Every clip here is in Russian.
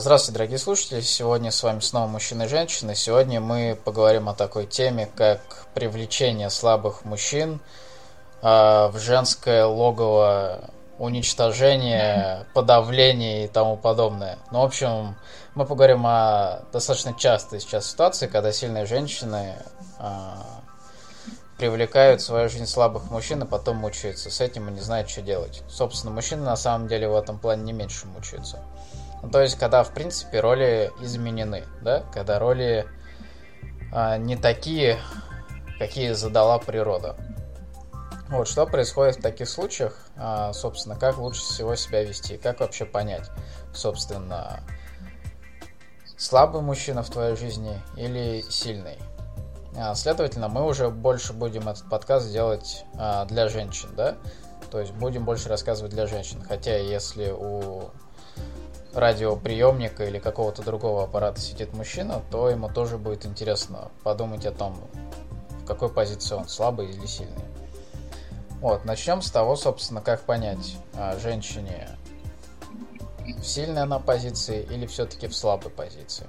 Здравствуйте, дорогие слушатели! Сегодня с вами снова мужчина и женщина. Сегодня мы поговорим о такой теме, как привлечение слабых мужчин в женское логово, уничтожение, подавление и тому подобное. Ну, в общем, мы поговорим о достаточно частой сейчас ситуации, когда сильные женщины привлекают в свою жизнь слабых мужчин, а потом мучаются с этим и не знают, что делать. Собственно, мужчины на самом деле в этом плане не меньше мучаются. Ну, то есть, когда, в принципе, роли изменены, да? Когда роли не такие, какие задала природа. Вот, что происходит в таких случаях, собственно, как лучше всего себя вести, как вообще понять, собственно, слабый мужчина в твоей жизни или сильный. Следовательно, мы уже больше будем этот подкаст делать для женщин, да? То есть, будем больше рассказывать для женщин, хотя если у радиоприемника или какого-то другого аппарата сидит мужчина, то ему тоже будет интересно подумать о том, в какой позиции он, слабый или сильный. Вот, начнем с того, собственно, как понять, женщине в сильной она позиции или все-таки в слабой позиции.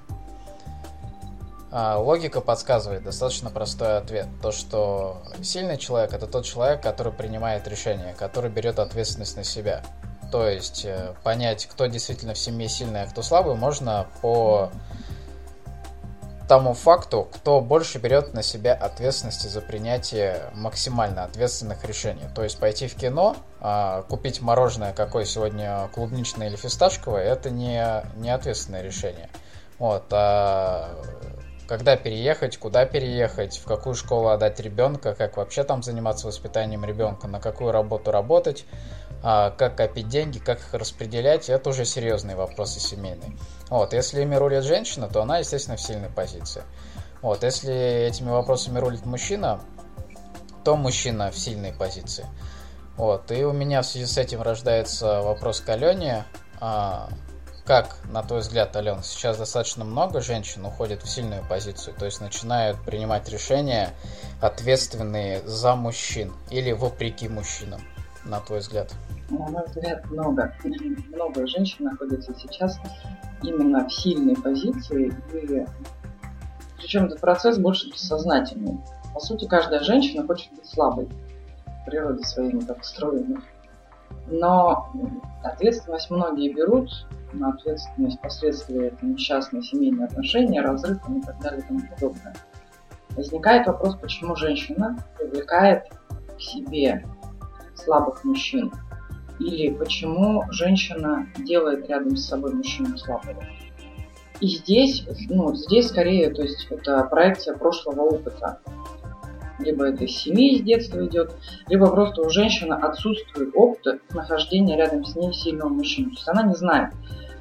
Логика подсказывает достаточно простой ответ. То, что сильный человек — это тот человек, который принимает решения, который берет ответственность на себя. То есть понять, кто действительно в семье сильный, а кто слабый, можно по тому факту, кто больше берет на себя ответственности за принятие максимально ответственных решений. То есть пойти в кино, купить мороженое, какое сегодня клубничное или фисташковое, это не ответственное решение. Вот, когда переехать, куда переехать, в какую школу отдать ребенка, как вообще там заниматься воспитанием ребенка, на какую работу работать, как копить деньги, как их распределять, это уже серьезные вопросы семейные. Вот, если ими рулит женщина, то она, естественно, в сильной позиции. Вот, если этими вопросами рулит мужчина, то мужчина в сильной позиции. Вот, и у меня в связи с этим рождается вопрос к Алене. Как, на твой взгляд, Алена, сейчас достаточно много женщин уходит в сильную позицию, то есть начинают принимать решения, ответственные за мужчин или вопреки мужчинам, на твой взгляд? На мой взгляд, много женщин находится сейчас именно в сильной позиции, и причем этот процесс больше бессознательный. По сути, каждая женщина хочет быть слабой, в природе своей так устроена. Но ответственность многие берут, на ответственность последствия это несчастные семейные отношения, разрыв и так далее и тому подобное. Возникает вопрос, почему женщина привлекает к себе слабых мужчин, или почему женщина делает рядом с собой мужчину слабого. И здесь скорее, то есть это проекция прошлого опыта. Либо это из семьи, из детства идет, либо просто у женщины отсутствует опыт нахождения рядом с ней сильного мужчины. То есть она не знает,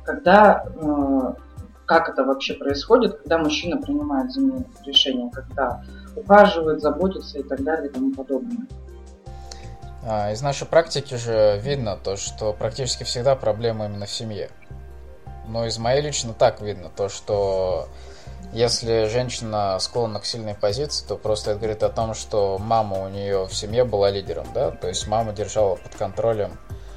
как это вообще происходит, когда мужчина принимает за нее решение, когда ухаживает, заботится и так далее и тому подобное. Из нашей практики же видно то, что практически всегда проблема именно в семье. Но из моей лично так видно, то, что если женщина склонна к сильной позиции, то просто это говорит о том, что мама у нее в семье была лидером, да, то есть мама держала под контролем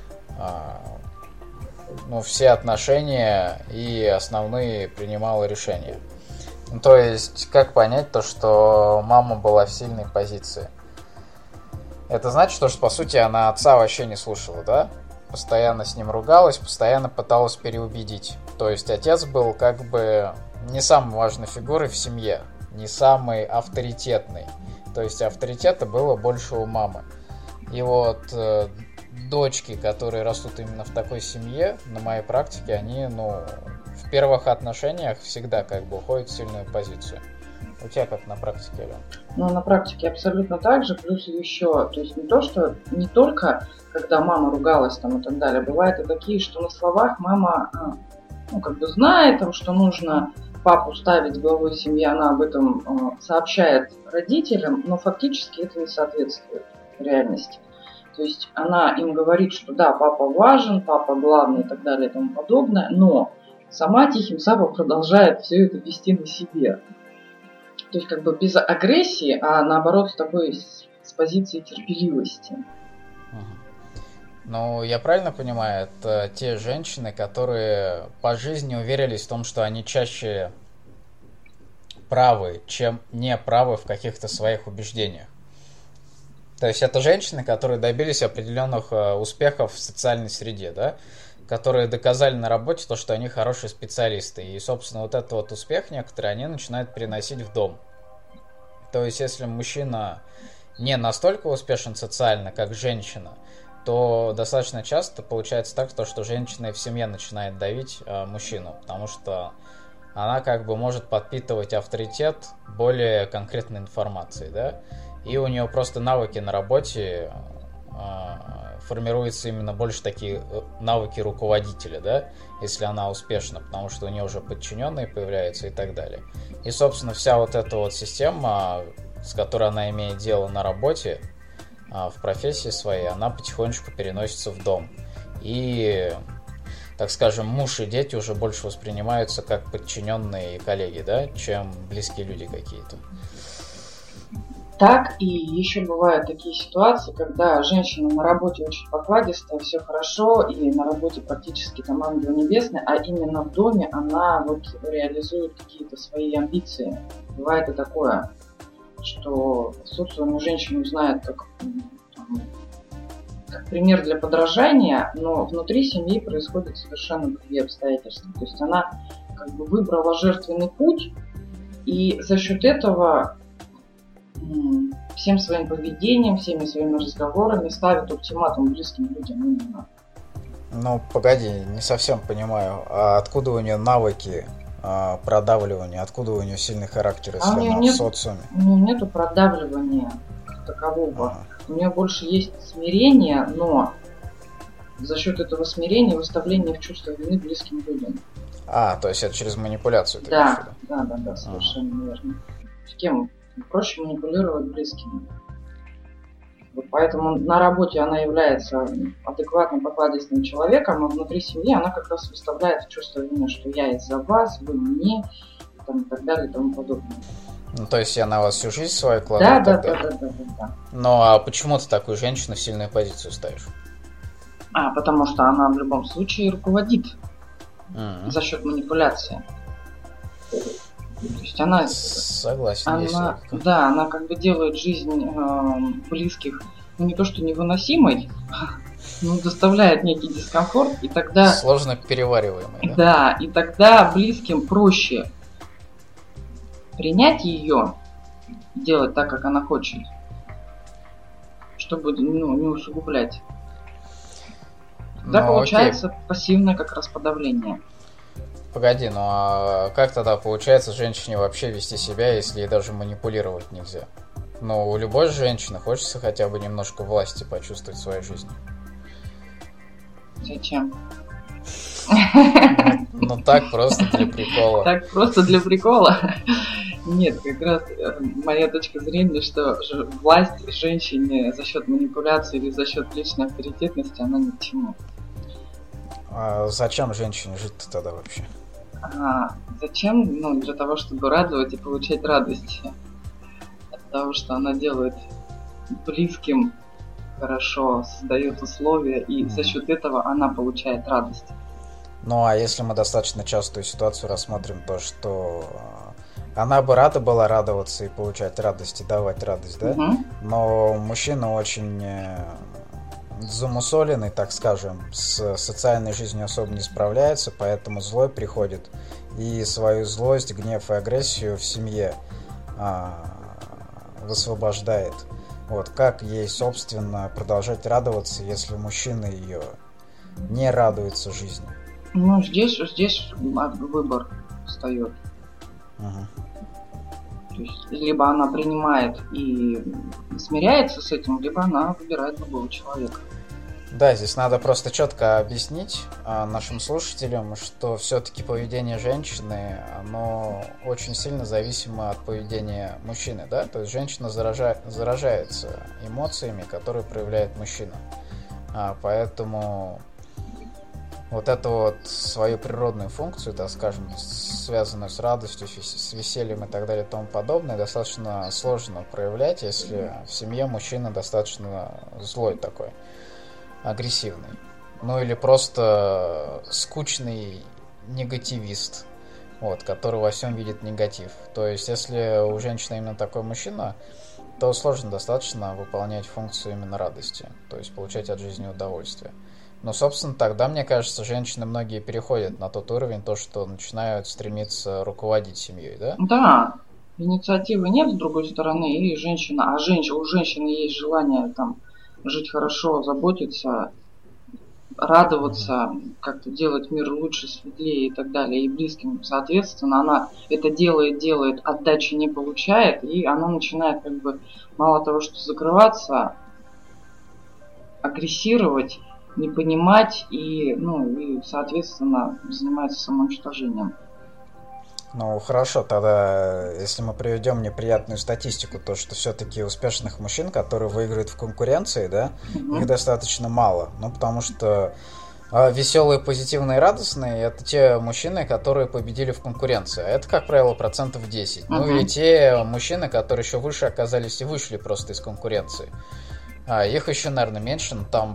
все отношения и основные принимала решения. То есть, как понять то, что мама была в сильной позиции? Это значит, что, по сути, она отца вообще не слушала, да? Постоянно с ним ругалась, постоянно пыталась переубедить. То есть, отец был как бы не самой важной фигурой в семье, не самый авторитетный. То есть, авторитета было больше у мамы. И вот дочки, которые растут именно в такой семье, на моей практике, они, в первых отношениях всегда как бы уходят в сильную позицию. У тебя как на практике, Алена? На практике абсолютно так же, плюс еще, то есть не только когда мама ругалась там и так далее, бывает и такие, что на словах мама знает, что нужно папу ставить главой семьи, она об этом сообщает родителям, но фактически это не соответствует реальности. То есть она им говорит, что да, папа важен, папа главный и так далее и тому подобное, но сама тихим сапом продолжает все это вести на себе. То есть без агрессии, а наоборот с позиции терпеливости. Ну, я правильно понимаю, это те женщины, которые по жизни уверились в том, что они чаще правы, чем не правы в каких-то своих убеждениях. То есть это женщины, которые добились определенных успехов в социальной среде, да, которые доказали на работе то, что они хорошие специалисты. И, собственно, вот этот вот успех некоторые они начинают переносить в дом. То есть если мужчина не настолько успешен социально, как женщина, то достаточно часто получается так, что женщина в семье начинает давить мужчину, потому что она как бы может подпитывать авторитет более конкретной информацией, да, и у нее просто навыки на работе формируются именно больше такие навыки руководителя, да, если она успешна, потому что у нее уже подчиненные появляются и так далее. И, собственно, вся вот эта вот система, с которой она имеет дело на работе, в профессии своей, она потихонечку переносится в дом. И, так скажем, муж и дети уже больше воспринимаются как подчиненные коллеги, да, чем близкие люди какие-то. Так, и еще бывают такие ситуации, когда женщина на работе очень покладистая, все хорошо, и на работе практически там ангел небесный, а именно в доме она вот реализует какие-то свои амбиции. Бывает и такое, что в социуме женщину знают как пример для подражания, но внутри семьи происходят совершенно другие обстоятельства. То есть она как бы выбрала жертвенный путь, и за счет этого всем своим поведением, всеми своими разговорами ставит ультиматум близким людям именно. Ну, погоди, не совсем понимаю, а откуда у нее навыки продавливания, откуда у нее сильный характер, если она в социуме? У нее нету продавливания как такового. У нее больше есть смирение, но за счет этого смирения выставление в чувство вины близким людям. То есть это через манипуляцию? Да, совершенно верно. С кем проще манипулировать близкими. Вот поэтому на работе она является адекватным, покладистым человеком, а внутри семьи она как раз выставляет в чувство вины, что я из-за вас, вы мне, и так далее, и тому подобное. Ну, то есть я на вас всю жизнь свою кладу? Да. Ну, а почему ты такую женщину в сильную позицию ставишь? Потому что она в любом случае руководит за счет манипуляции. То есть она... Согласен. Она как бы делает жизнь близких, не то что невыносимой, но доставляет некий дискомфорт, и тогда... Сложно перевариваемой, да? Да, и тогда близким проще принять ее, делать так, как она хочет, чтобы не усугублять. Тогда получается пассивное как раз подавление. Погоди, ну а как тогда получается женщине вообще вести себя, если ей даже манипулировать нельзя? Ну, у любой женщины хочется хотя бы немножко власти почувствовать в своей жизни. Зачем? Ну так, просто для прикола. Так, просто для прикола? Нет, как раз моя точка зрения, что власть женщине за счет манипуляции или за счет личной авторитетности, она ни к чему. А зачем женщине жить-то тогда вообще? Зачем? Ну, для того, чтобы радовать и получать радость. От того, что она делает близким хорошо, создает условия, и за счет этого она получает радость. Ну, а если мы достаточно частую ситуацию рассмотрим, то что она бы рада была радоваться и получать радость, и давать радость, да? Но мужчина очень замусоленный, так скажем, с социальной жизнью особо не справляется, поэтому злой приходит и свою злость, гнев и агрессию в семье высвобождает. Вот как ей, собственно, продолжать радоваться, если мужчина ее не радуется жизни? Ну, здесь выбор встает. То есть, либо она принимает и смиряется с этим, либо она выбирает другого человека. Да, здесь надо просто четко объяснить нашим слушателям, что все-таки поведение женщины, оно очень сильно зависимо от поведения мужчины, да? То есть женщина заражается эмоциями, которые проявляет мужчина. Поэтому вот эту вот свою природную функцию, так скажем, связанную с радостью, с весельем и так далее и тому подобное, достаточно сложно проявлять, если в семье мужчина достаточно злой такой. агрессивный. Ну или просто скучный негативист, вот, который во всем видит негатив. То есть, если у женщины именно такой мужчина, то сложно достаточно выполнять функцию именно радости, то есть получать от жизни удовольствие. Но, собственно, тогда, мне кажется, женщины многие переходят на тот уровень, то, что начинают стремиться руководить семьей, да? Да, инициативы нет, с другой стороны, и женщина, у женщины есть желание там жить хорошо, заботиться, радоваться, как-то делать мир лучше, светлее и так далее, и близким. Соответственно, она это делает, отдачи не получает, и она начинает как бы мало того, что закрываться, агрессировать, не понимать и соответственно, занимается самоуничтожением. Ну, хорошо, тогда, если мы приведем неприятную статистику, то, что все-таки успешных мужчин, которые выигрывают в конкуренции, да, их достаточно мало. Ну, потому что веселые, позитивные и радостные — это те мужчины, которые победили в конкуренции. А это, как правило, 10%. Ну, и те мужчины, которые еще выше оказались и вышли просто из конкуренции. Их еще, наверное, меньше, но там,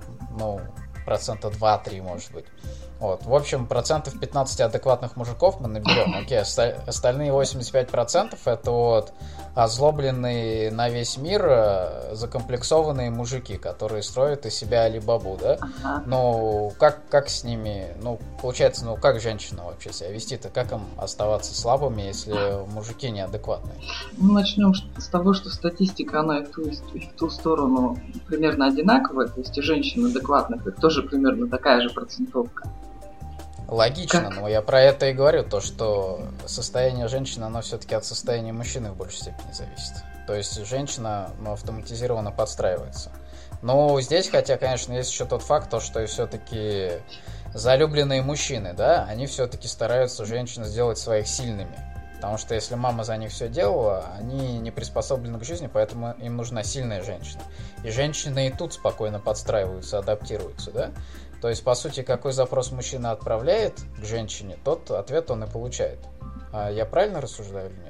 2-3, может быть. Вот. В общем, 15% адекватных мужиков мы наберем. Окей, остальные 85% это вот озлобленные на весь мир закомплексованные мужики, которые строят из себя Алибабу, да? Ну, как с ними, получается, как женщина вообще себя вести-то? Как им оставаться слабыми, если мужики неадекватные? Начнем с того, что статистика, она и в ту сторону примерно одинаковая, то есть и женщин адекватных, это тоже примерно такая же процентовка. Логично, но я про это и говорю, то, что состояние женщины, оно все-таки от состояния мужчины в большей степени зависит. То есть женщина автоматизированно подстраивается. Но здесь, хотя, конечно, есть еще тот факт, то, что все-таки залюбленные мужчины, да, они все-таки стараются женщин сделать своих сильными. Потому что если мама за них все делала, они не приспособлены к жизни, поэтому им нужна сильная женщина. И женщины и тут спокойно подстраиваются, адаптируются, да? То есть, по сути, какой запрос мужчина отправляет к женщине, тот ответ он и получает. Я правильно рассуждаю или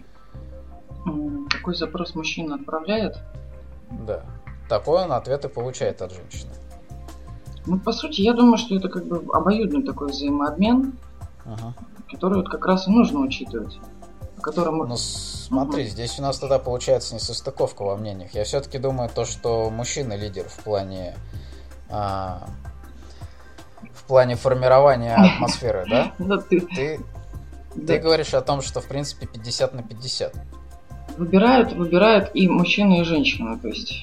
нет? Какой запрос мужчина отправляет? Да. Такой он ответ и получает от женщины. Ну, по сути, я думаю, что это как бы обоюдный такой взаимообмен, который вот как раз и нужно учитывать. Ну, смотри, здесь у нас тогда получается несостыковка во мнениях. Я все-таки думаю, то, что мужчина лидер в плане формирования атмосферы, да? Ты говоришь о том, что в принципе 50/50. Выбирают и мужчины, и женщины. То есть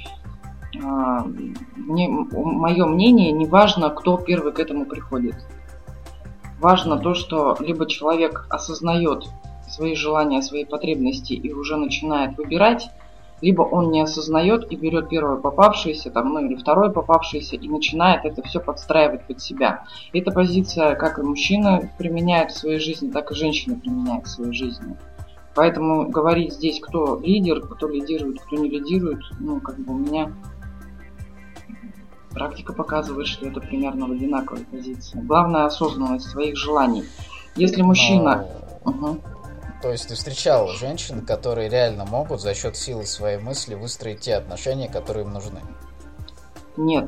мое мнение, не важно, кто первый к этому приходит. Важно то, что либо человек осознает свои желания, свои потребности и уже начинает выбирать, либо он не осознает и берет первое попавшееся, или второе попавшееся, и начинает это все подстраивать под себя. Эта позиция как и мужчина применяет в своей жизни, так и женщина применяет в своей жизни. Поэтому говорить здесь, кто лидер, кто лидирует, кто не лидирует, у меня практика показывает, что это примерно в одинаковой позиции. Главное — осознанность своих желаний. Если мужчина... То есть ты встречал женщин, которые реально могут за счет силы своей мысли выстроить те отношения, которые им нужны? Нет.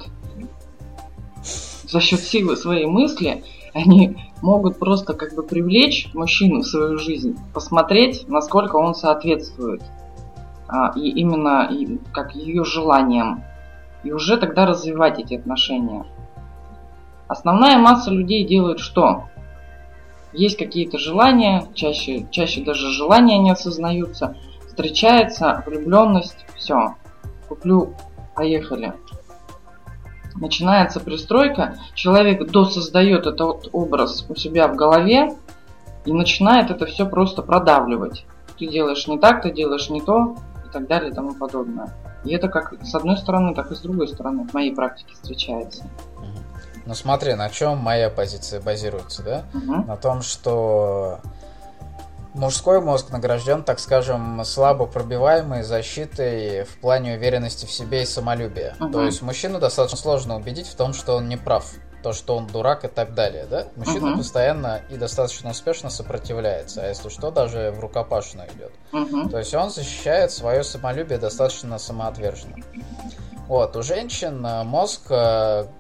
За счет силы своей мысли они могут просто как бы привлечь мужчину в свою жизнь, посмотреть, насколько он соответствует и именно как ее желаниям, и уже тогда развивать эти отношения. Основная масса людей делает что? Есть какие-то желания, чаще даже желания не осознаются, встречается влюбленность, все, куплю, поехали. Начинается пристройка, человек досоздает этот образ у себя в голове и начинает это все просто продавливать. Ты делаешь не так, ты делаешь не то и так далее и тому подобное. И это как с одной стороны, так и с другой стороны в моей практике встречается. Ну смотри, на чем моя позиция базируется, да? На том, что мужской мозг награжден, так скажем, слабо пробиваемой защитой в плане уверенности в себе и самолюбия. То есть мужчину достаточно сложно убедить в том, что он не прав, то, что он дурак и так далее, да? Мужчина постоянно и достаточно успешно сопротивляется, а если что, даже в рукопашную идет. То есть он защищает свое самолюбие достаточно самоотверженно. Вот, у женщин мозг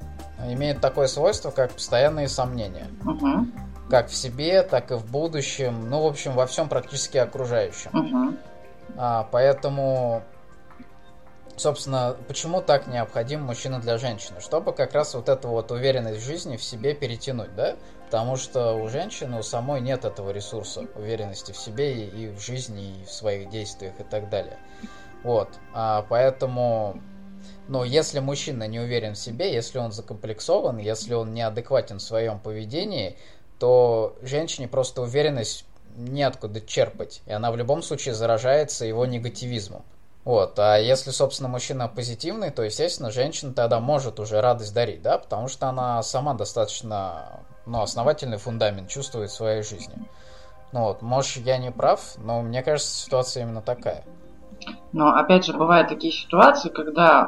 имеют такое свойство, как постоянные сомнения. Как в себе, так и в будущем. Ну, в общем, во всем практически окружающем. Поэтому, собственно, почему так необходим мужчина для женщины? Чтобы как раз вот эту вот уверенность в жизни в себе перетянуть, да? Потому что у женщины, у самой нет этого ресурса уверенности в себе и в жизни, и в своих действиях и так далее. Вот. Поэтому, ну, если мужчина не уверен в себе, если он закомплексован, если он неадекватен в своем поведении, то женщине просто уверенность неоткуда черпать, и она в любом случае заражается его негативизмом. Вот. А если, собственно, мужчина позитивный, то, естественно, женщина тогда может уже радость дарить, да, потому что она сама достаточно, ну, основательный фундамент чувствует в своей жизни. Ну вот, может, я не прав, но мне кажется, ситуация именно такая. Но, опять же, бывают такие ситуации, когда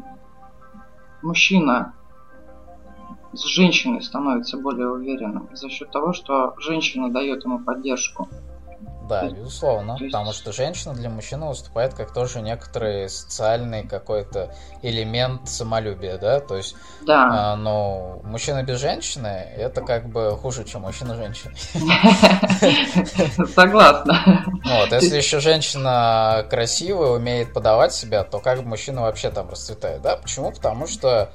мужчина с женщиной становится более уверенным за счет того, что женщина дает ему поддержку. Да, безусловно, потому что женщина для мужчины выступает как тоже некоторый социальный какой-то элемент самолюбия, да, то есть, да. Но мужчина без женщины это как бы хуже, чем мужчина с женщиной. Согласна. Вот, если еще женщина красивая, умеет подавать себя, то как бы мужчина вообще там расцветает, да, почему? Потому что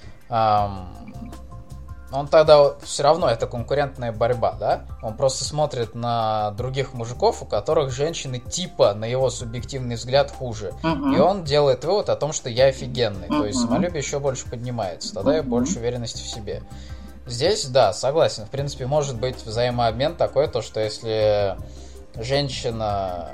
он тогда все равно это конкурентная борьба, да? Он просто смотрит на других мужиков, у которых женщины типа, на его субъективный взгляд, хуже. И он делает вывод о том, что я офигенный. То есть самолюбие еще больше поднимается, тогда и больше уверенности в себе. Здесь, да, согласен. В принципе, может быть взаимообмен такой, то что если женщина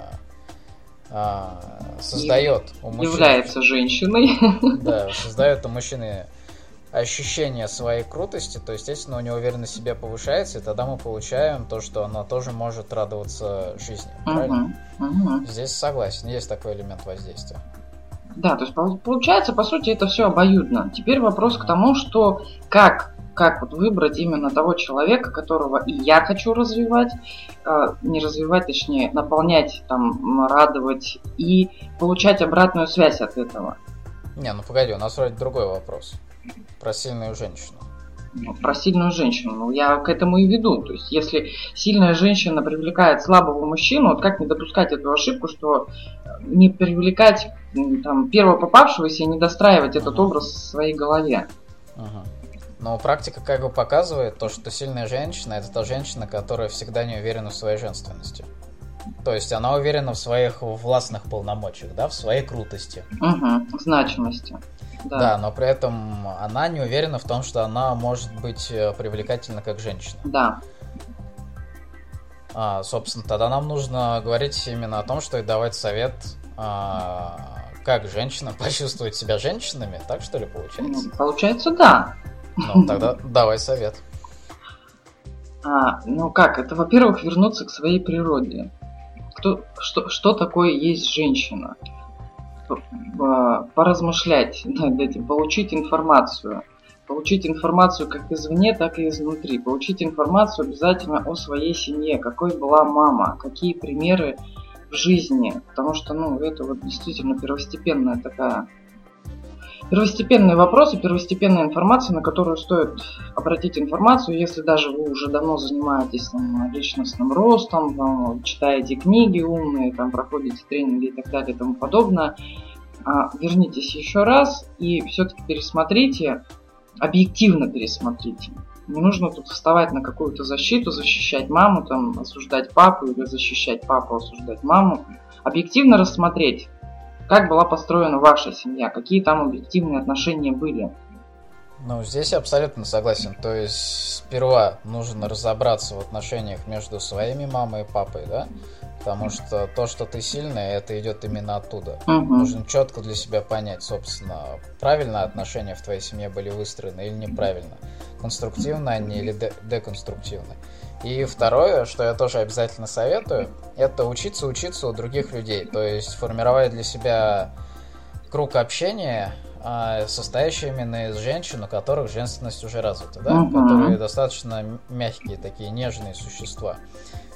создает у мужчины... Является женщиной. Да, создает у мужчины ощущение своей крутости, то, естественно, у него уверенность в себе повышается, и тогда мы получаем то, что она тоже может радоваться жизни. Правильно? Здесь согласен, есть такой элемент воздействия. Да, то есть получается, по сути, это все обоюдно. Теперь вопрос к тому, что как вот выбрать именно того человека, которого и я хочу развивать, не развивать, точнее, наполнять, там, радовать и получать обратную связь от этого. Не, ну погоди, у нас вроде другой вопрос. Про сильную женщину. Про сильную женщину. Ну, я к этому и веду. То есть, если сильная женщина привлекает слабого мужчину, вот как не допускать эту ошибку, что не привлекать там, первого попавшегося и не достраивать этот образ в своей голове. Но практика как бы показывает то, что сильная женщина — это та женщина, которая всегда не уверена в своей женственности. То есть она уверена в своих властных полномочиях, да, в своей крутости. Значимости. Да, но при этом она не уверена в том, что она может быть привлекательна как женщина. Да. Собственно, тогда нам нужно говорить именно о том, что и давать совет, как женщинам почувствовать себя женщинами, так что ли получается? Получается, да. Ну, тогда давай совет. Ну как, это, во-первых, вернуться к своей природе. Что такое есть женщина? Поразмышлять над этим, получить информацию. Получить информацию как извне, так и изнутри. Получить информацию обязательно о своей семье, какой была мама, какие примеры в жизни. Потому что, это вот действительно первостепенные вопросы, первостепенная информация, на которую стоит обратить информацию, если даже вы уже давно занимаетесь личностным ростом, читаете книги умные, проходите тренинги и так далее и тому подобное. Вернитесь еще раз и все-таки пересмотрите, объективно пересмотрите. Не нужно тут вставать на какую-то защиту, защищать маму, осуждать папу или защищать папу, осуждать маму. Объективно рассмотреть, как была построена ваша семья, какие там объективные отношения были. Здесь я абсолютно согласен. То есть сперва нужно разобраться в отношениях между своими мамой и папой, да? Потому что то, что ты сильная, это идет именно оттуда. Нужно четко для себя понять, собственно, правильно отношения в твоей семье были выстроены или неправильно. Конструктивно они или деконструктивно. И второе, что я тоже обязательно советую, это учиться у других людей. То есть формировать для себя круг общения, состоящий именно из женщин, у которых женственность уже развита, да? Которые достаточно мягкие, такие нежные существа.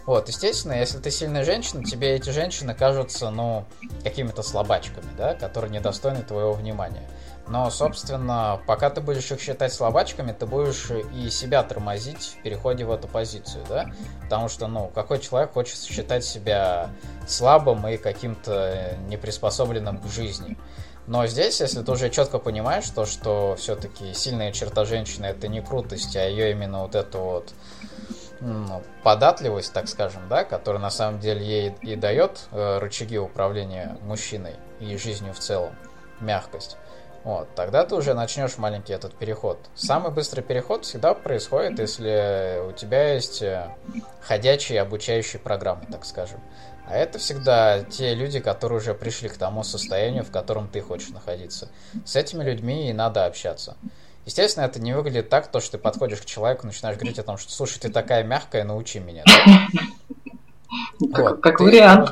Вот, естественно, если ты сильная женщина, тебе эти женщины кажутся, какими-то слабачками, да, которые недостойны твоего внимания. Но, собственно, пока ты будешь их считать слабачками, ты будешь и себя тормозить в переходе в эту позицию, да? Потому что, какой человек хочет считать себя слабым и каким-то неприспособленным к жизни? Но здесь, если ты уже четко понимаешь, что все-таки сильная черта женщины — это не крутость, а ее именно вот эту вот податливость, так скажем, да, которая на самом деле ей и дает рычаги управления мужчиной и жизнью в целом, мягкость. Вот, тогда ты уже начнешь маленький этот переход. Самый быстрый переход всегда происходит, если у тебя есть ходячие обучающие программы, так скажем. А это всегда те люди, которые уже пришли к тому состоянию, в котором ты хочешь находиться. С этими людьми и надо общаться. Естественно, это не выглядит так, что ты подходишь к человеку, начинаешь говорить о том, что «слушай, ты такая мягкая, научи меня». Да? Как вариант.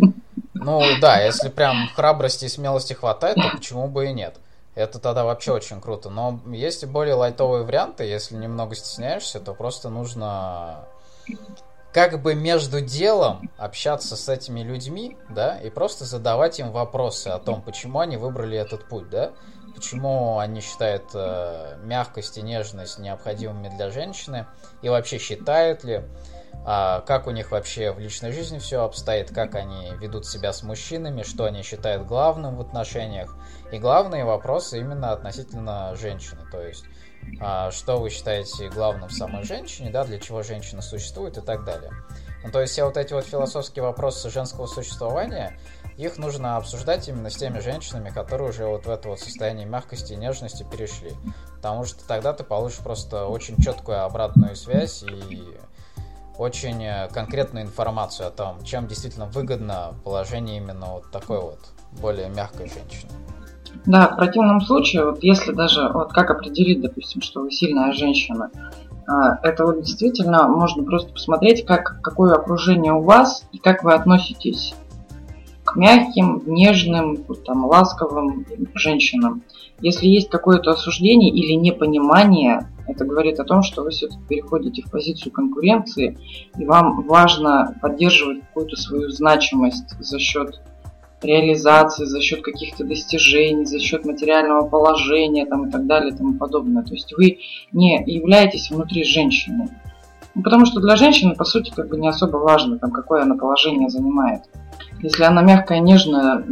Да, если прям храбрости и смелости хватает, то почему бы и нет. Это тогда вообще очень круто. Но есть и более лайтовые варианты. Если немного стесняешься, то просто нужно как бы между делом общаться с этими людьми, да, и просто задавать им вопросы о том, почему они выбрали этот путь, да, почему они считают мягкость и нежность необходимыми для женщины, и вообще считают ли, как у них вообще в личной жизни все обстоит, как они ведут себя с мужчинами, что они считают главным в отношениях. И главные вопросы именно относительно женщины, то есть, что вы считаете главным в самой женщине, да, для чего женщина существует и так далее. То есть все вот эти вот философские вопросы женского существования, их нужно обсуждать именно с теми женщинами, которые уже вот в это вот состояние мягкости и нежности перешли. Потому что тогда ты получишь просто очень четкую обратную связь и очень конкретную информацию о том, чем действительно выгодно положение именно вот такой вот более мягкой женщины. Да, в противном случае, если даже, как определить, допустим, что вы сильная женщина, это действительно можно просто посмотреть, какое окружение у вас и как вы относитесь к мягким, нежным, ласковым женщинам. Если есть какое-то осуждение или непонимание, это говорит о том, что вы все-таки переходите в позицию конкуренции, и вам важно поддерживать какую-то свою значимость за счет реализации, за счет каких-то достижений, за счет материального положения и так далее и тому подобное. То есть вы не являетесь внутри женщины. Потому что для женщины, по сути, не особо важно, какое она положение занимает. Если она мягкая, нежная,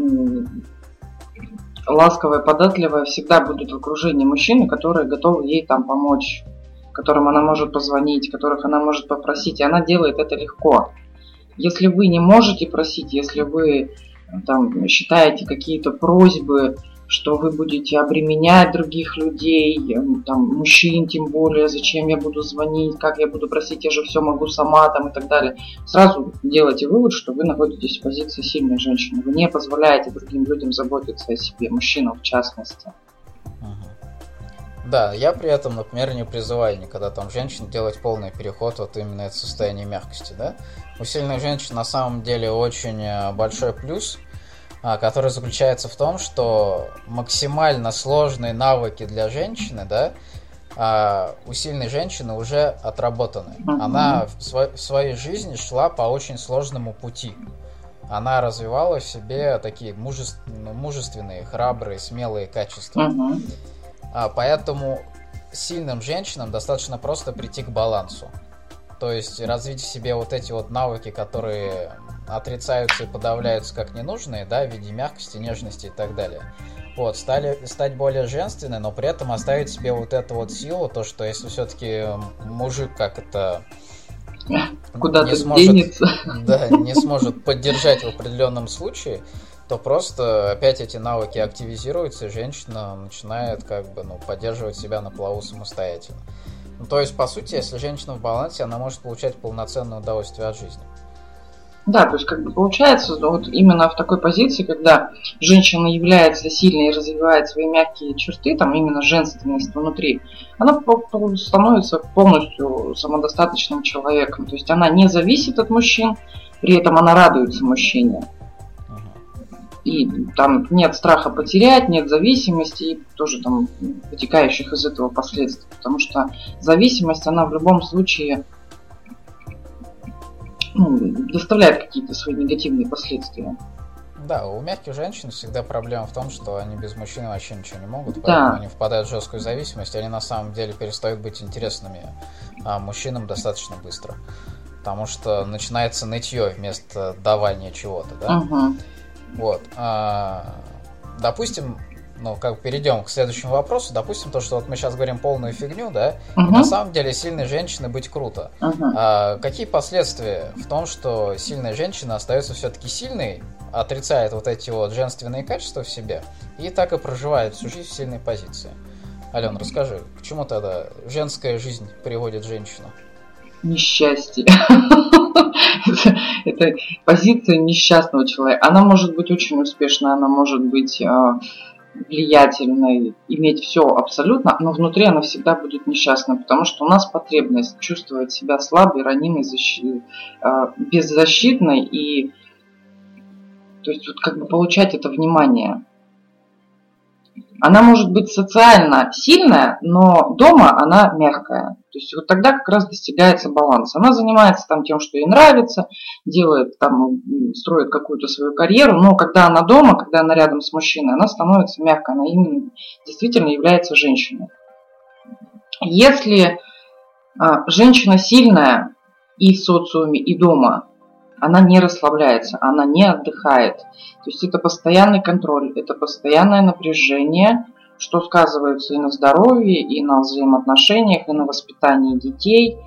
ласковая, податливая, всегда будут в окружении мужчины, которые готовы ей помочь, которым она может позвонить, которых она может попросить, и она делает это легко. Если вы не можете просить, если вы считаете какие-то просьбы, что вы будете обременять других людей, мужчин тем более, зачем я буду звонить, как я буду просить, я же все могу сама и так далее. Сразу делайте вывод, что вы находитесь в позиции сильной женщины. Вы не позволяете другим людям заботиться о себе, мужчинам в частности. Да, я при этом, например, не призываю никогда женщин делать полный переход именно это состояние мягкости, да. У сильных женщин на самом деле очень большой плюс, который заключается в том, что максимально сложные навыки для женщины, да, у сильной женщины уже отработаны. Она в своей жизни шла по очень сложному пути. Она развивала в себе такие мужественные, храбрые, смелые качества. Поэтому сильным женщинам достаточно просто прийти к балансу. То есть развить в себе вот эти вот навыки, которые отрицаются и подавляются как ненужные, да, в виде мягкости, нежности и так далее. Стать более женственной, но при этом оставить себе вот эту вот силу, то, что если все-таки мужик куда-то денется, да, не сможет поддержать в определенном случае, то просто опять эти навыки активизируются, и женщина начинает поддерживать себя на плаву самостоятельно. То есть, по сути, если женщина в балансе, она может получать полноценное удовольствие от жизни. Да, то есть получается именно в такой позиции, когда женщина является сильной и развивает свои мягкие черты, именно женственность внутри, она становится полностью самодостаточным человеком. То есть она не зависит от мужчин, при этом она радуется мужчине. И нет страха потерять, нет зависимости и тоже вытекающих из этого последствий. Потому что зависимость, она в любом случае доставляет какие-то свои негативные последствия. Да, у мягких женщин всегда проблема в том, что они без мужчины вообще ничего не могут, поэтому они впадают в жесткую зависимость, и они на самом деле перестают быть интересными мужчинам достаточно быстро. Потому что начинается нытье вместо давания чего-то, да? Вот. Допустим, перейдем к следующему вопросу. Допустим, то, что вот мы сейчас говорим полную фигню, да? И на самом деле сильной женщиной быть круто. Какие последствия в том, что сильная женщина остается все-таки сильной, отрицает вот эти вот женственные качества в себе и так и проживает всю жизнь в сильной позиции? Ален, расскажи, к чему тогда женская жизнь приводит женщину? Несчастье. Это позиция несчастного человека. Она может быть очень успешной, она может быть влиятельной, иметь все абсолютно, но внутри она всегда будет несчастной, потому что у нас потребность чувствовать себя слабой, ранимой, беззащитной и то есть получать это внимание. Она может быть социально сильная, но дома она мягкая. То есть вот тогда как раз достигается баланс. Она занимается тем, что ей нравится, делает строит какую-то свою карьеру, но когда она дома, когда она рядом с мужчиной, она становится мягкой, она именно действительно является женщиной. Если женщина сильная и в социуме, и дома, она не расслабляется, она не отдыхает. То есть это постоянный контроль, это постоянное напряжение, что сказывается и на здоровье, и на взаимоотношениях, и на воспитании детей.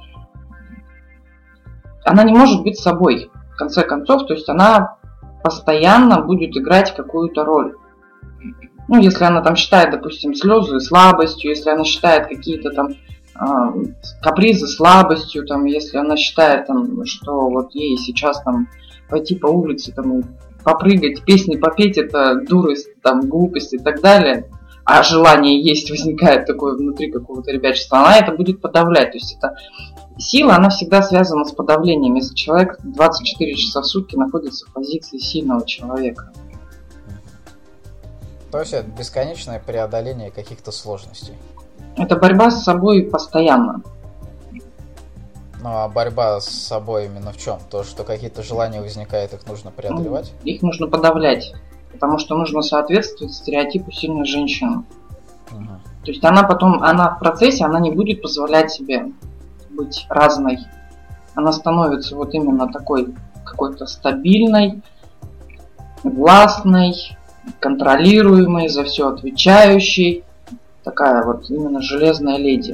Она не может быть собой, в конце концов, то есть она постоянно будет играть какую-то роль. Если она считает, допустим, слезы слабостью, если она считает какие-то капризы слабостью, если она считает, что вот ей сейчас пойти по улице и попрыгать, песни попеть, это дурость, глупость и так далее, а желание есть возникает такое внутри какого-то ребячества, она это будет подавлять. То есть эта сила, она всегда связана с подавлением, если человек 24 часа в сутки находится в позиции сильного человека. То есть это бесконечное преодоление каких-то сложностей. Это борьба с собой постоянно. А борьба с собой именно в чем? То, что какие-то желания возникают, их нужно преодолевать? Их нужно подавлять, потому что нужно соответствовать стереотипу сильной женщины. То есть она в процессе, она не будет позволять себе быть разной. Она становится вот именно такой какой-то стабильной, властной, контролируемой, за все отвечающей. Такая вот именно железная леди.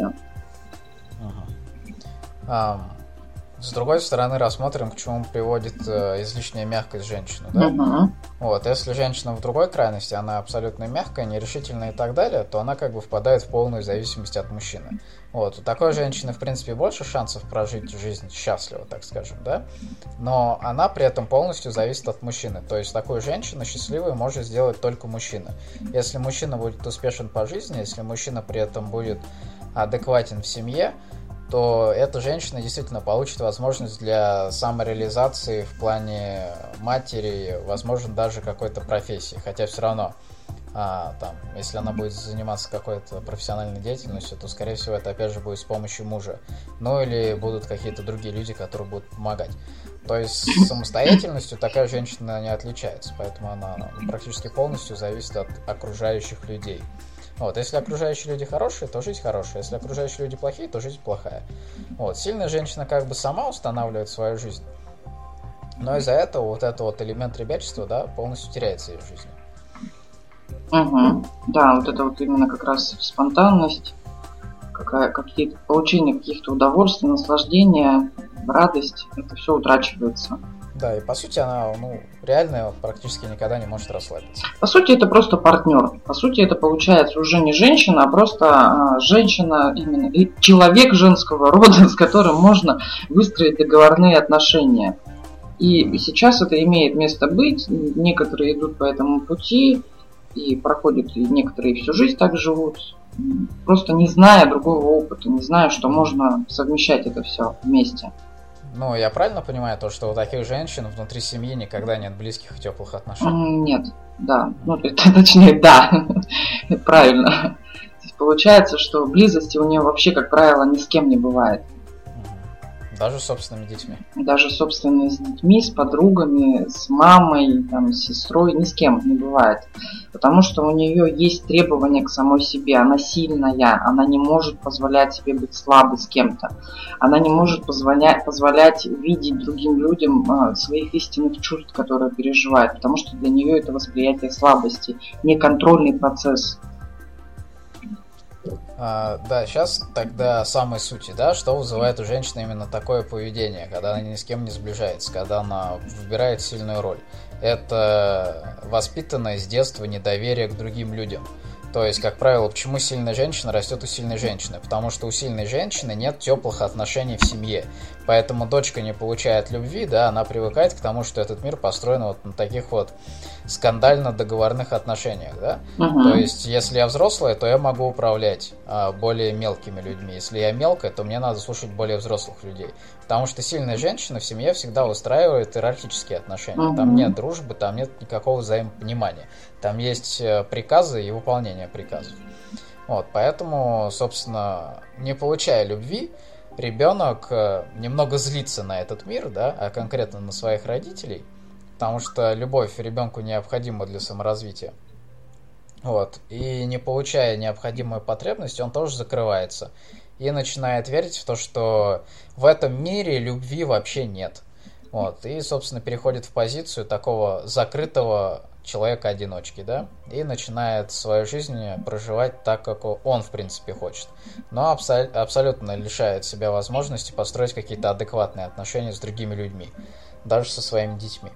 С другой стороны, рассмотрим, к чему приводит излишняя мягкость женщины. Да? Вот, если женщина в другой крайности, она абсолютно мягкая, нерешительная и так далее, то она впадает в полную зависимость от мужчины. Вот, у такой женщины, в принципе, больше шансов прожить жизнь счастливо, так скажем, да? Но она при этом полностью зависит от мужчины. То есть такую женщину счастливой может сделать только мужчина. Если мужчина будет успешен по жизни, если мужчина при этом будет адекватен в семье, то эта женщина действительно получит возможность для самореализации в плане матери, возможно, даже какой-то профессии. Хотя все равно, если она будет заниматься какой-то профессиональной деятельностью, то, скорее всего, это опять же будет с помощью мужа. Ну или будут какие-то другие люди, которые будут помогать. То есть самостоятельностью такая женщина не отличается, поэтому она практически полностью зависит от окружающих людей. Вот, если окружающие люди хорошие, то жизнь хорошая. Если окружающие люди плохие, то жизнь плохая. Вот, сильная женщина сама устанавливает свою жизнь. Но из-за этого вот этот элемент ребячества, полностью теряется из жизни. Да, вот это вот именно как раз спонтанность, получение каких-то удовольствий, наслаждения, радость, это все утрачивается. Да, и по сути она, реально практически никогда не может расслабиться. По сути это просто партнер. По сути это получается уже не женщина, а просто женщина, именно человек женского рода, с которым можно выстроить договорные отношения. И сейчас это имеет место быть. Некоторые идут по этому пути и проходят, и некоторые всю жизнь так живут, просто не зная другого опыта, не зная, что можно совмещать это все вместе. Я правильно понимаю то, что у таких женщин внутри семьи никогда нет близких и теплых отношений? Нет, да. Точнее, да. Правильно. Получается, что близости у нее вообще, как правило, ни с кем не бывает. Даже с собственными детьми. Даже, собственно, с детьми, с подругами, с мамой, там, с сестрой, ни с кем не бывает. Потому что у нее есть требования к самой себе. Она сильная, она не может позволять себе быть слабой с кем-то. Она не может позволять видеть другим людям своих истинных чувств, которые переживает. Потому что для нее это восприятие слабости, неконтрольный процесс. Да, сейчас тогда самой сути, да, что вызывает у женщины именно такое поведение, когда она ни с кем не сближается, когда она выбирает сильную роль. Это воспитанное с детства недоверие к другим людям. То есть, как правило, почему сильная женщина растет у сильной женщины? Потому что у сильной женщины нет теплых отношений в семье. Поэтому дочка не получает любви, да, она привыкает к тому, что этот мир построен вот на таких вот скандально-договорных отношениях, да. То есть, если я взрослая, то я могу управлять более мелкими людьми. Если я мелкая, то мне надо слушать более взрослых людей. Потому что сильная женщина в семье всегда устраивает иерархические отношения. Там нет дружбы, там нет никакого взаимопонимания. Там есть приказы и выполнение приказов. Вот, поэтому, собственно, не получая любви, ребенок немного злится на этот мир, да, а конкретно на своих родителей, потому что любовь ребенку необходима для саморазвития. Вот, и не получая необходимую потребность, он тоже закрывается и начинает верить в то, что в этом мире любви вообще нет. Вот, и, собственно, переходит в позицию такого закрытого человека-одиночки, да, и начинает свою жизнь проживать так, как он, в принципе, хочет. Но абсолютно лишает себя возможности построить какие-то адекватные отношения с другими людьми, даже со своими детьми.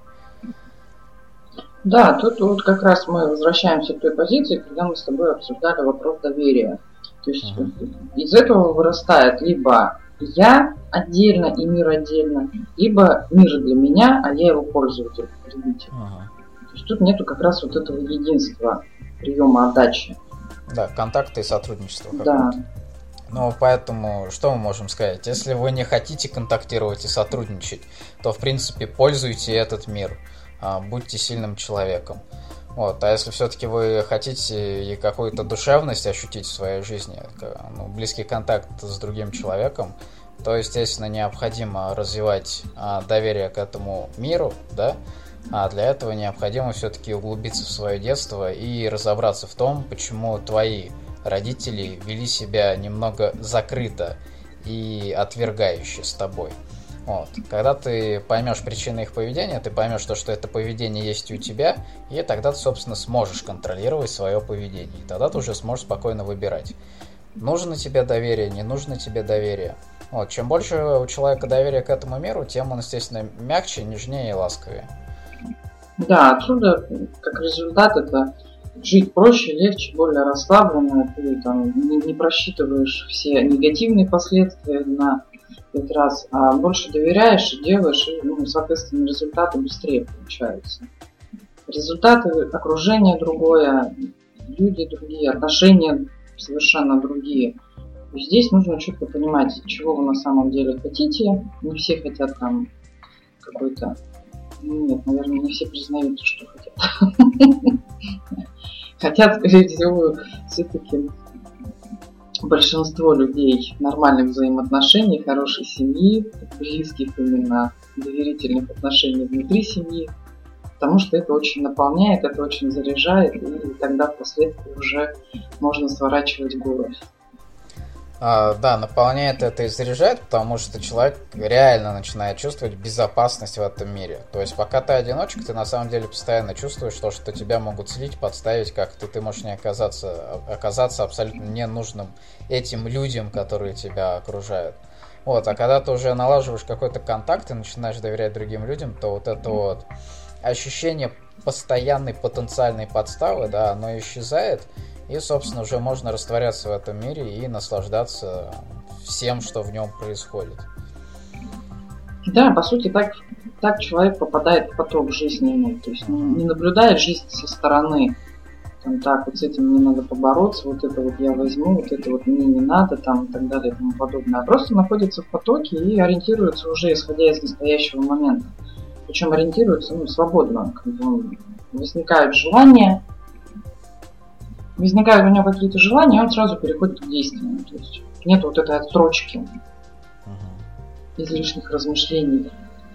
Да, тут вот как раз мы возвращаемся к той позиции, когда мы с тобой обсуждали вопрос доверия. То есть из этого вырастает либо я отдельно и мир отдельно, либо мир для меня, а я его пользователь, потребитель. То есть тут нету как раз вот этого единства приема отдачи. Да, контакта и сотрудничества. Да. Ну, поэтому, что мы можем сказать? Если вы не хотите контактировать и сотрудничать, то, в принципе, пользуйте этот мир. Будьте сильным человеком. Вот. А если все-таки вы хотите и какую-то душевность ощутить в своей жизни, близкий контакт с другим человеком, то, естественно, необходимо развивать доверие к этому миру, да, а для этого необходимо все-таки углубиться в свое детство и разобраться в том, почему твои родители вели себя немного закрыто и отвергающе с тобой. Вот. Когда ты поймешь причины их поведения, ты поймешь, что это поведение есть и у тебя, и тогда ты, собственно, сможешь контролировать свое поведение. И тогда ты уже сможешь спокойно выбирать, нужно тебе доверие, не нужно тебе доверие. Вот. Чем больше у человека доверия к этому миру, тем он, естественно, мягче, нежнее и ласковее. Да, отсюда, как результат, это жить проще, легче, более расслабленно. Ты там не просчитываешь все негативные последствия на этот раз, а больше доверяешь и делаешь, и, соответственно, результаты быстрее получаются. Результаты, окружение другое, люди другие, отношения совершенно другие. И здесь нужно четко понимать, чего вы на самом деле хотите. Не все хотят там какой-то... Нет, наверное, не все признают, что хотят. Хотят, скорее всего, все-таки большинство людей нормальных взаимоотношений, хорошей семьи, близких именно доверительных отношений внутри семьи, потому что это очень наполняет, это очень заряжает, и тогда впоследствии уже можно сворачивать горы. Да, наполняет это и заряжает, потому что человек реально начинает чувствовать безопасность в этом мире. То есть пока ты одиночка, ты на самом деле постоянно чувствуешь то, что тебя могут слить, подставить как-то, ты можешь не оказаться абсолютно ненужным этим людям, которые тебя окружают. Вот, а когда ты уже налаживаешь какой-то контакт и начинаешь доверять другим людям, то вот это вот ощущение постоянной потенциальной подставы, да, оно исчезает. И, собственно, уже можно растворяться в этом мире и наслаждаться всем, что в нем происходит. Да, по сути, так человек попадает в поток жизни. То есть не наблюдает жизнь со стороны. Там, так, вот с этим мне надо побороться, вот это вот я возьму, вот это вот мне не надо, там, и так далее, и тому подобное. А просто находится в потоке и ориентируется уже, исходя из настоящего момента. Причем ориентируется свободно. Возникают у него какие-то желания, и он сразу переходит к действию. То есть нет вот этой отсрочки. излишних размышлений.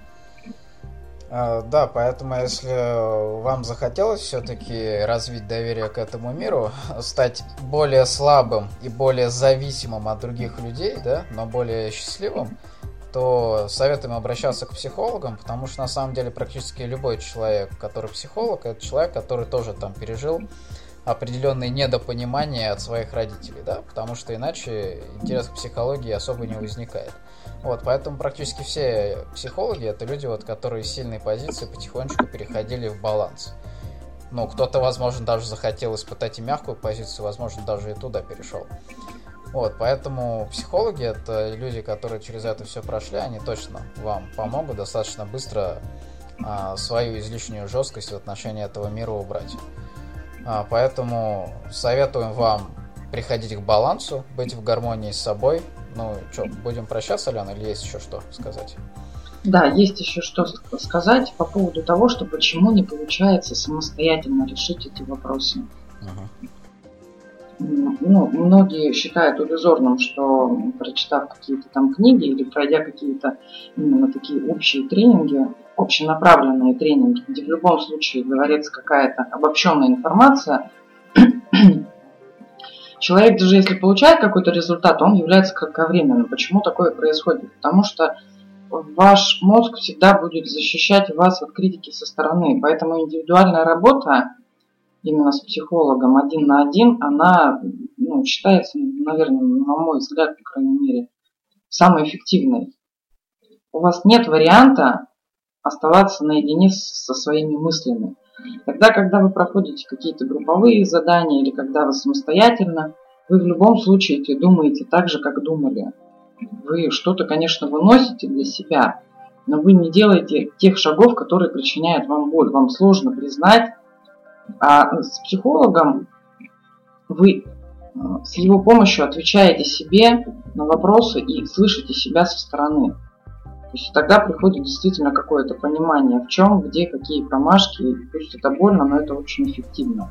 Да, поэтому если вам захотелось все-таки развить доверие к этому миру, стать более слабым и более зависимым от других людей, да, но более счастливым, то советуем обращаться к психологам, потому что на самом деле практически любой человек, который психолог, это человек, который тоже там пережил определенные недопонимания от своих родителей, да, потому что иначе интерес к психологии особо не возникает. Вот, поэтому практически все психологи это люди, вот, которые из сильной позиции потихонечку переходили в баланс. Ну, кто-то, возможно, даже захотел испытать и мягкую позицию, возможно, даже и туда перешел. Вот, поэтому психологи это люди, которые через это все прошли, они точно вам помогут достаточно быстро свою излишнюю жесткость в отношении этого мира убрать. Поэтому советуем вам приходить к балансу, быть в гармонии с собой. Ну, что, будем прощаться, Алена, или есть еще что сказать? Да, есть еще что сказать по поводу того, что почему не получается самостоятельно решить эти вопросы. Ну, многие считают иллюзорным, что прочитав какие-то там книги или пройдя какие-то именно такие общие тренинги, общенаправленные тренинги, где в любом случае говорится какая-то обобщенная информация, человек, даже если получает какой-то результат, он является кратковременным. Почему такое происходит? Потому что ваш мозг всегда будет защищать вас от критики со стороны. Поэтому индивидуальная работа именно с психологом 1 на 1, она считается, наверное, на мой взгляд, по крайней мере, самой эффективной. У вас нет варианта оставаться наедине со своими мыслями. Тогда, когда вы проходите какие-то групповые задания или когда вы самостоятельно, вы в любом случае думаете так же, как думали. Вы что-то, конечно, выносите для себя, но вы не делаете тех шагов, которые причиняют вам боль. Вам сложно признать. А с психологом вы с его помощью отвечаете себе на вопросы и слышите себя со стороны. То есть тогда приходит действительно какое-то понимание, в чем, где, какие промашки. Пусть это больно, но это очень эффективно.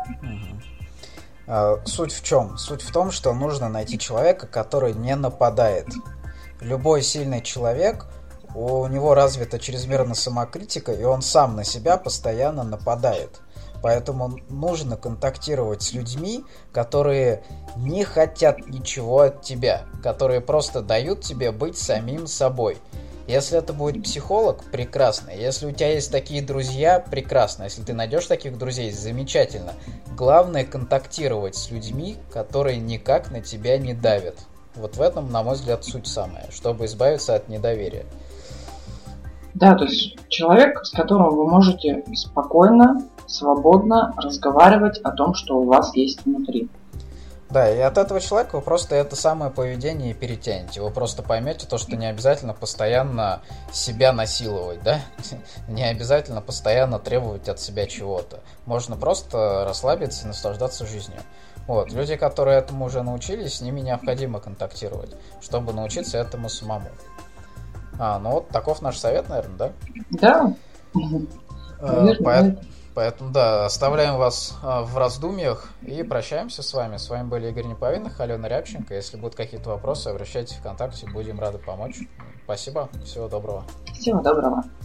Суть в чем? Суть в том, что нужно найти человека, который не нападает. Любой сильный человек, у него развита чрезмерная самокритика, и он сам на себя постоянно нападает. Поэтому нужно контактировать с людьми, которые не хотят ничего от тебя, которые просто дают тебе быть самим собой. Если это будет психолог, прекрасно. Если у тебя есть такие друзья, прекрасно. Если ты найдешь таких друзей, замечательно. Главное контактировать с людьми, которые никак на тебя не давят. Вот в этом, на мой взгляд, суть самая, чтобы избавиться от недоверия. Да, то есть человек, с которым вы можете спокойно, свободно разговаривать о том, что у вас есть внутри. Да, и от этого человека вы просто это самое поведение и перетянете. Вы просто поймете то, что не обязательно постоянно себя насиловать, да? Не обязательно постоянно требовать от себя чего-то. Можно просто расслабиться и наслаждаться жизнью. Вот, люди, которые этому уже научились, с ними необходимо контактировать, чтобы научиться этому самому. Ну вот, таков наш совет, наверное, да? Да. Поэтому, да, оставляем вас в раздумьях и прощаемся с вами. С вами были Игорь Неповинных, Алена Рябченко. Если будут какие-то вопросы, обращайтесь ВКонтакте, будем рады помочь. Спасибо, всего доброго. Всего доброго.